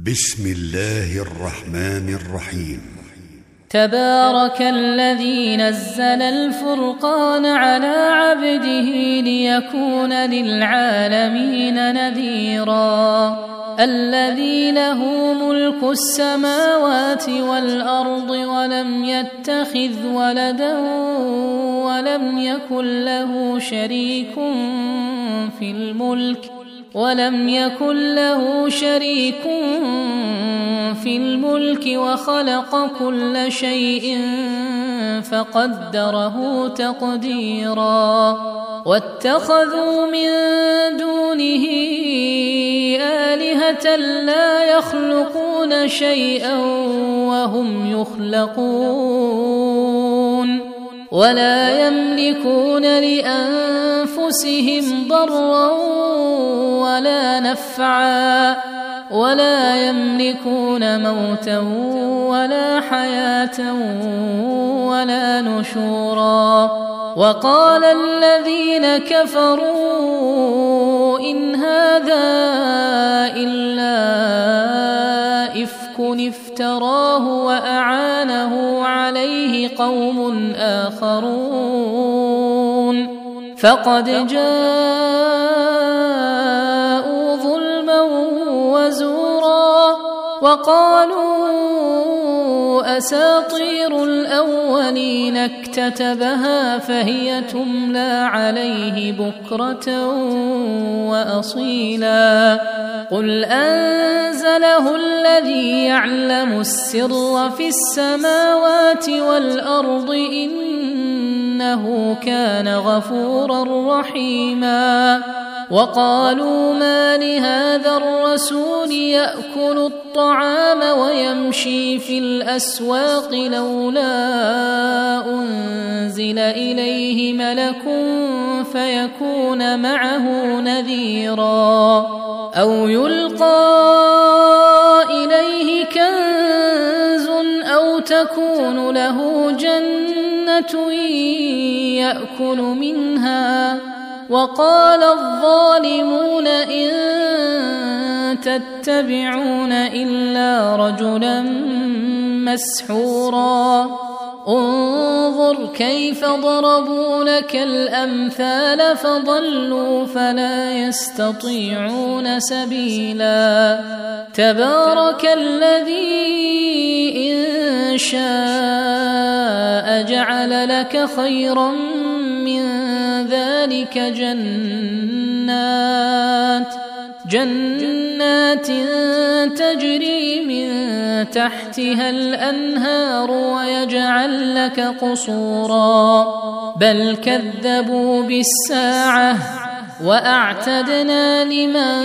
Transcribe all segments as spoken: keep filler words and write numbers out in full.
بسم الله الرحمن الرحيم. تبارك الذي نزل الفرقان على عبده ليكون للعالمين نذيرا. الذي له ملك السماوات والأرض ولم يتخذ ولدا ولم يكن له شريك في الملك ولم يكن له شريك في الملك وخلق كل شيء فقدره تقديرا. واتخذوا من دونه آلهة لا يخلقون شيئا وهم يخلقون ولا يملكون لأنفسهم ضرا ولا نفعا ولا يملكون موتا ولا حياة ولا نشورا. وقال الذين كفروا إن هذا إلا إفك افتراه وأعانه عليه قوم آخرون فقد جاءوا ظلما وزورا. وقالوا أساطير الأولين اكتتبها فهي تملى عليه بكرة وأصيلا. قل أنزله الذي يعلم السر في السماوات والأرض إنه كان غفورا رحيما. وقالوا ما لهذا الرسول يأكل الطعام ويمشي في الأسواق لولا أنزل إليه ملك فيكون معه نذيرا أو يلقى إليه كنز أو تكون له جنة يأكل منها. وقال الظالمون إن تتبعون إلا رجلا مسحورا. انظر كيف ضربوا لك الأمثال فضلوا فلا يستطيعون سبيلا. تبارك الذي إن شاء جعل لك خيرا من ذلك جنات جنات تجري من تحتها الأنهار ويجعل لك قصورا بل كذبوا بالساعة وأعتدنا لمن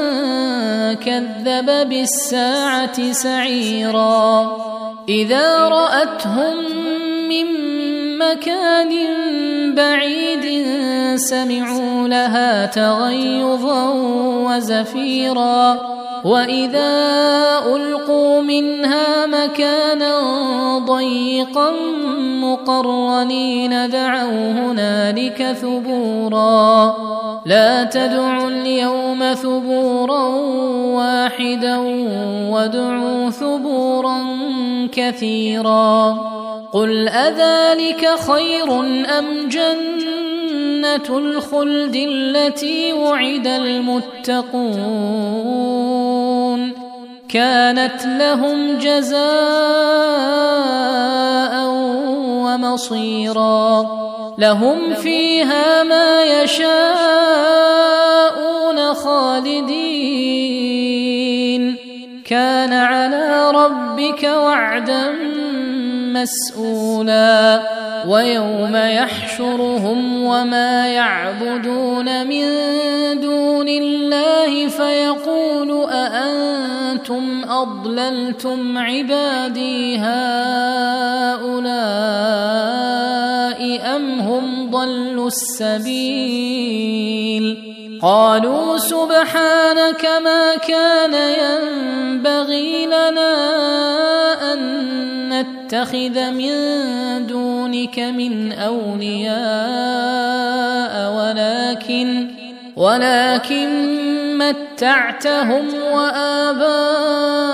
كذب بالساعة سعيرا. إذا رأتهم من مكان بعيد سمعوا لها تغيظا وزفيرا. وإذا ألقوا منها مكانا ضيقا مقرنين دعوا هنالك ثبورا. لا تدعوا اليوم ثبورا واحدا وادعوا ثبورا كثيرا. قل أذلك خير أم جنة الخلد التي وعد المتقون كانت لهم جزاء ومصيرا. لهم فيها ما يشاءون خالدين كان على ربك وعدا مسؤولا. ويوم يحشرهم وما يعبدون من دون الله فيقول أأنتم أضللتم عبادي هؤلاء أم هم ضلوا السبيل. قالوا سبحانك ما كان ينبغي لنا أن نتخذ من دونك من أولياء ولكن ولكن متعتهم وآباءهم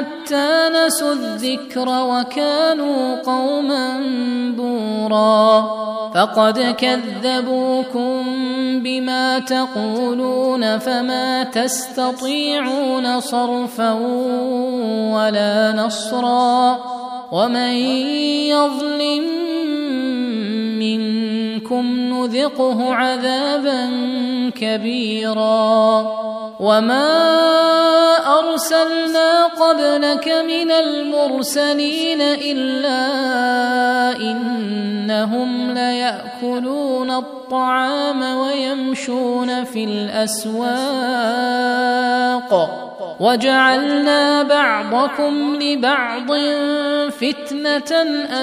حتى نسوا الذكر وكانوا قوما بورا فقد كذبوكم بما تقولون فما تستطيعون صرفا ولا نصرا ومن يظلم منكم نذقه عذابا كبيرا وما أرسلنا قبلك من المرسلين إلا إنهم ليأكلون الطعام ويمشون في الأسواق وجعلنا بعضكم لبعض فتنة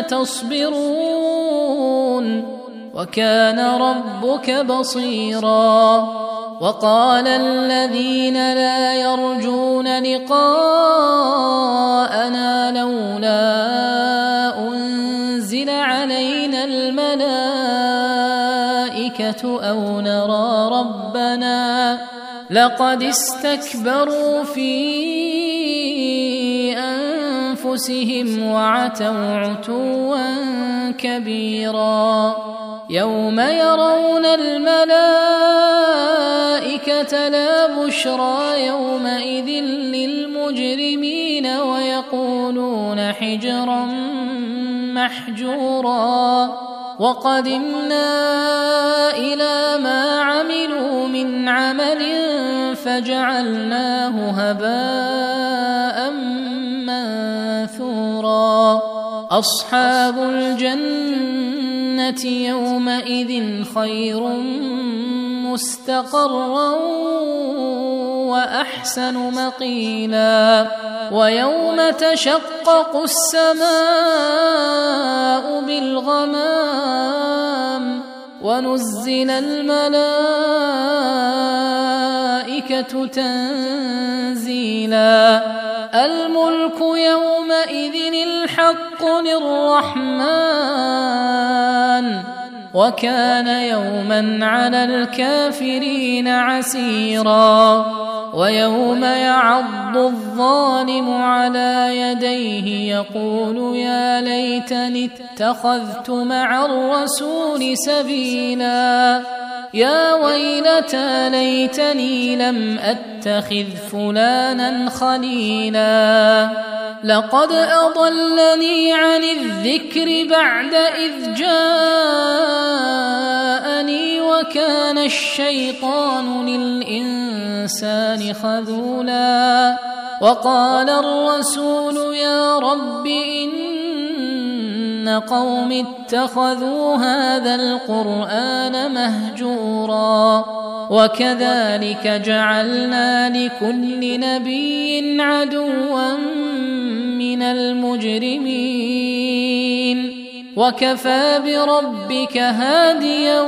أتصبرون وكان ربك بصيرا وقال الذين لا يرجون لقاءنا لولا أنزل علينا الملائكة أو نرى ربنا لقد استكبروا في أنفسهم وعتوا عتوا كبيرا يوم يرون الملائكة لا بشرى يومئذ للمجرمين ويقولون حجرا محجورا وقدمنا إلى ما عملوا من عمل فجعلناه هباء منثورا أصحاب الجنة يومئذ خير مستقرا وأحسن مقيلا ويوم تشقق السماء بالغمام ونزل الملائكة تنزيلا الملك يومئذ الحق للرحمن وكان يوما على الكافرين عسيرا ويوم يعض الظالم على يديه يقول يا ليتني اتخذت مع الرسول سبيلا يا ويلتى ليتني لم أتخذ فلانا خليلا لقد أضلني عن الذكر بعد إذ جاءني وكان الشيطان للإنسان خذولا وقال الرسول يا رب إن قوم اتخذوا هذا القرآن مهجورا وكذلك جعلنا لكل نبي عدوا من المجرمين وكفى بربك هاديا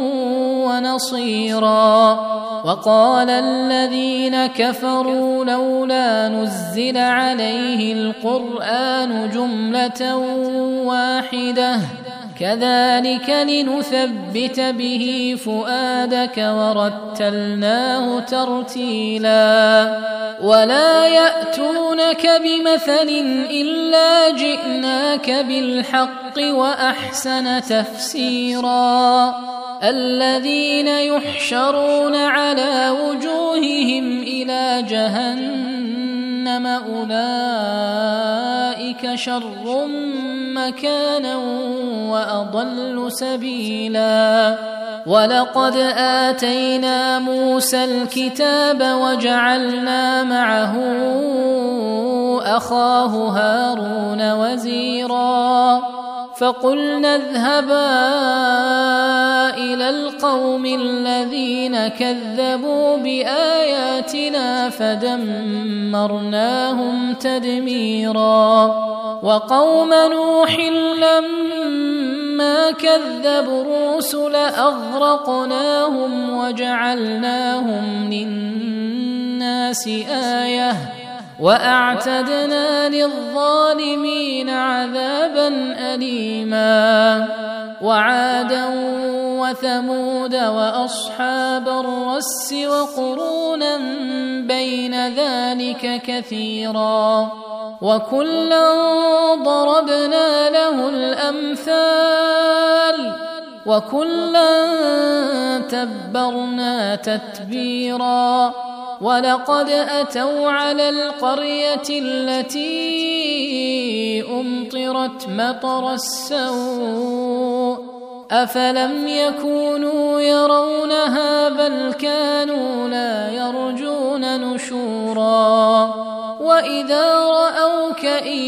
ونصيرا وقال الذين كفروا لولا نزل عليه القرآن جملة واحدة كذلك لنثبت به فؤادك ورتلناه ترتيلا ولا يأتونك بمثل إلا جئناك بالحق وأحسن تفسيرا الذين يحشرون على وجوههم إلى جهنم أولئك شر مكانا وأضل سبيلا ولقد آتينا موسى الكتاب وجعلنا معه أخاه هارون وزيرا فقلنا اذهبا إلى القوم الذين كذبوا بآياتنا فدمرناهم تدميرا وقوم نوح لما كذبوا الرسل أغرقناهم وجعلناهم للناس آية وأعتدنا للظالمين عذابا أليما وعادا وثمود وأصحاب الرس وقرونا بين ذلك كثيرا وكلا ضربنا له الأمثال وكلا تبرنا تتبيرا ولقد أتوا على القرية التي أمطرت مطر السوء أفلم يكونوا يرونها بل كانوا لا يرجون نشورا وإذا رأوك إن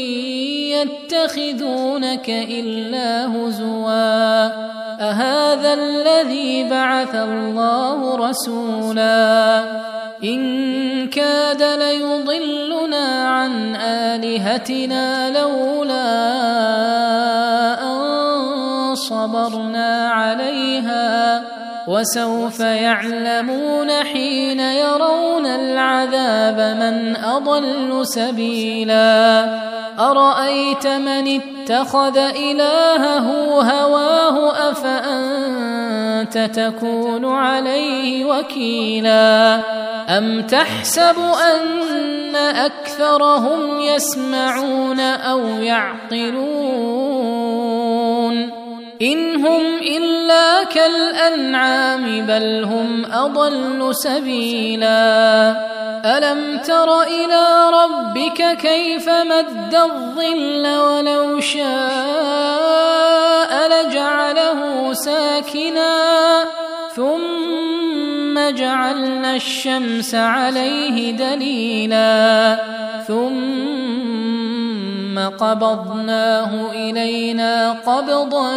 يتخذونك إلا هزوا أهذا الذي بعث الله رسولا إن كاد ليضلنا عن آلهتنا لولا أن صبرنا عليها وسوف يعلمون حين يرون العذاب من أضل سبيلا أرأيت من اتخذ إلهه هواه أفأنت تكون عليه وكيلا أم تحسب أن أكثرهم يسمعون أو يعقلون إن هم إلا كالأنعام بل هم أضل سبيلا ألم تر إلى ربك كيف مد الظل ولو شاء لجعله ساكنا ثم جعلنا الشمس عليه دليلا ثم قبضناه إلينا قبضا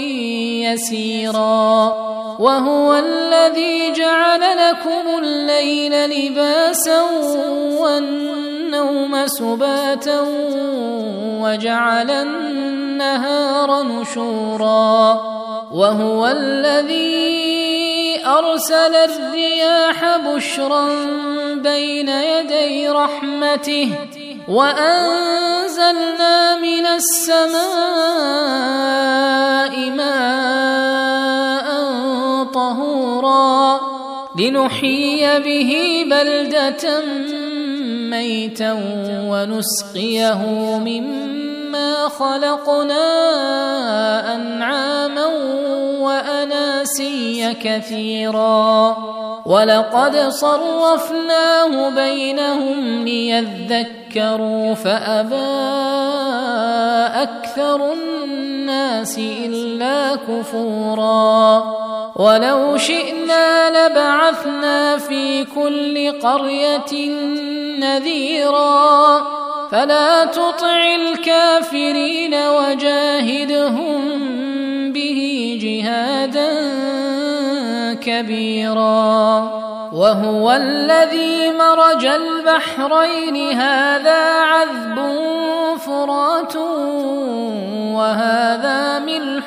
يسيرا وهو الذي جعل لكم الليل لباسا والنوم سباتا وجعل النهار نشورا وهو الذي أرسل الرياح بشرا بين يدي رحمته وأنزلنا من السماء ماء طهورا لنحيي به بلدة ميتا ونسقيه مما خلقنا أنعاما وأناسيا كثيرا ولقد صرفناه بينهم ليذكروا فأبى أكثر الناس إلا كفورا ولو شئنا لبعثنا في كل قرية نذيرا فلا تطع الكافرين وجاهدهم به جهادا كبيرا وهو الذي مرج البحرين هذا عذب فرات وهذا ملح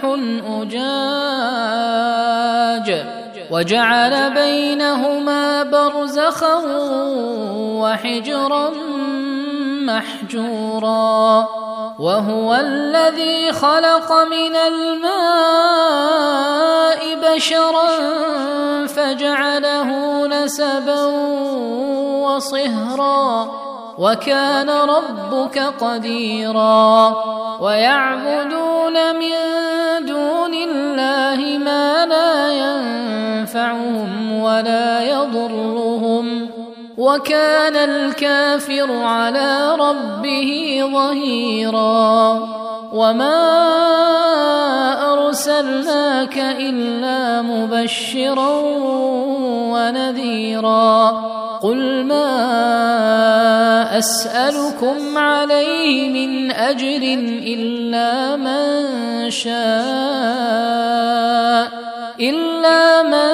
أجاج وجعل بينهما برزخا وحجرا محجورا وهو الذي خلق من الماء بشرا فجعله نسبا وصهرا وكان ربك قديرا ويعبدون من دون الله ما لا ينفعهم ولا يضرهم وكان الكافر على ربه ظهيرا وما أرسلناك إلا مبشرا ونذيرا قل ما أسألكم عليه من أجر إلا من شاء إلا من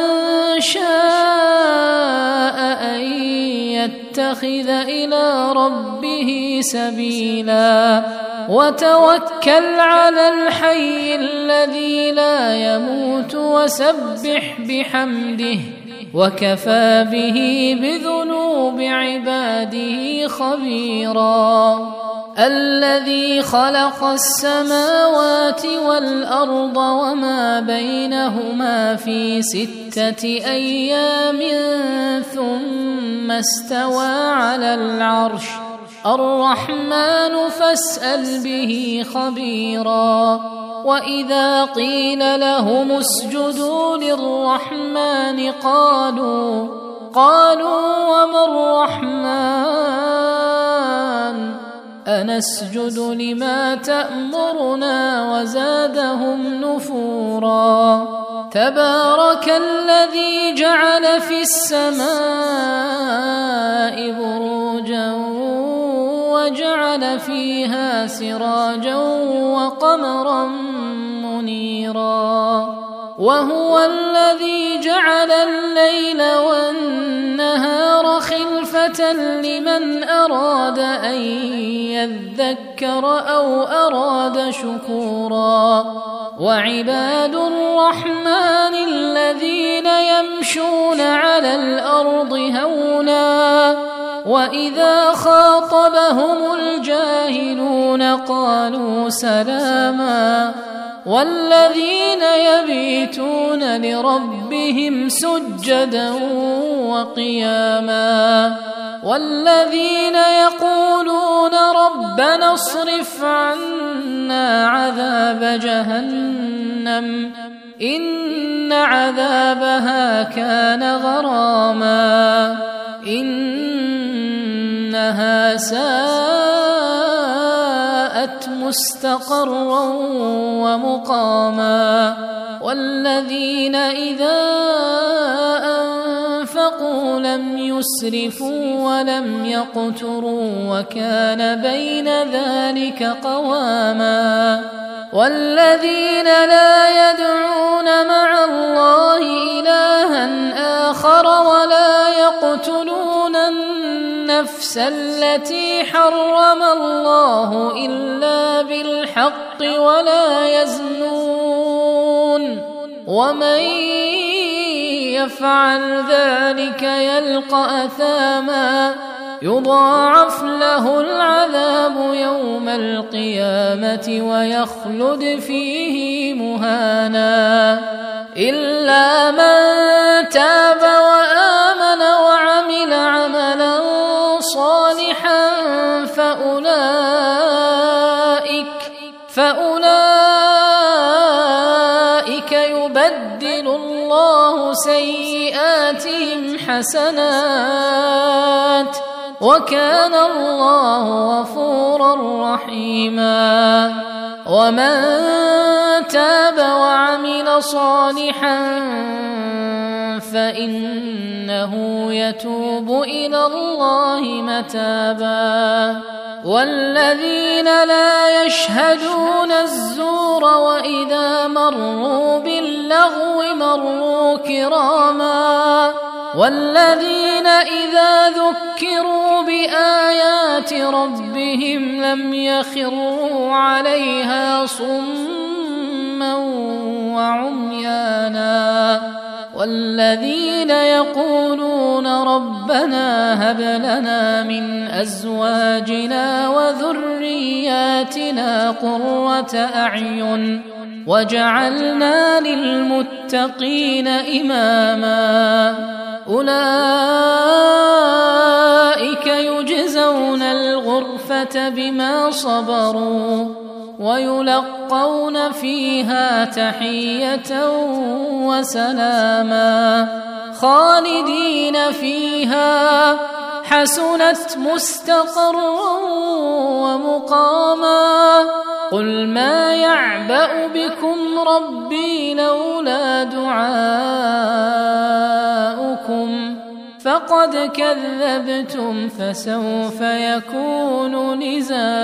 شاء أن يتخذ إلى ربه سبيلا وتوكل على الحي الذي لا يموت وسبح بحمده وكفى به بذنوب عباده خبيرا الذي خلق السماوات والأرض وما بينهما في ستة أيام ثم استوى على العرش الرحمن فاسأل به خبيرا. وإذا قيل لهم اسجدوا للرحمن قالوا قالوا وما الرحمن أنسجد لما تأمرنا وزادهم نفورا. تبارك الذي جعل في السماء بروجا وجعل فيها سراجا وقمرا منيرا. وهو الذي جعل الليل والنهار خلفة لمن أراد أن يذكر أو أراد شكورا. وعباد الرحمن الذين يمشون على الأرض هونا وإذا خاطبهم الجاهلون قالوا سلاما. والذين يبيتون لربهم سجدا وقياما. والذين يقولون ربنا اصرف عنا عذاب جهنم إن عذابها كان غراما إنها ساءت مستقرا ومقاما. والذين إذا أنفقوا لم يسرفوا ولم يقتروا وكان بين ذلك قواما. والذين لا يدعون مع الله إلها آخر ولا يقتلون النفس التي حرم الله إلا بالحق ولا يزنون ومن يفعل ذلك يلقى أثاما يضاعف له العذاب يوم القيامة ويخلد فيه مهانا إلا من تاب وآمن وعمل عملا صالحا فأولئك فأولئك يبدل الله سيئاتهم حسنات وكان الله غفورا رحيما. ومن تاب وعمل صالحا فإنه يتوب إلى الله متابا. والذين لا يشهدون الزور وإذا مروا باللغو مروا كراما. والذين إذا ذكروا بآيات ربهم لم يخروا عليها صما وعميانا. والذين يقولون ربنا هب لنا من أزواجنا وذرياتنا قرة أعين وجعلنا للمتقين إماما. أولئك يجزون الغرفة بما صبروا ويلقون فيها تحية وسلاما خالدين فيها حسنت مستقرا ومقاما. قل ما يعبأ بكم ربي لولا دعاؤكم فقد كذبتم فسوف يكون لزاما.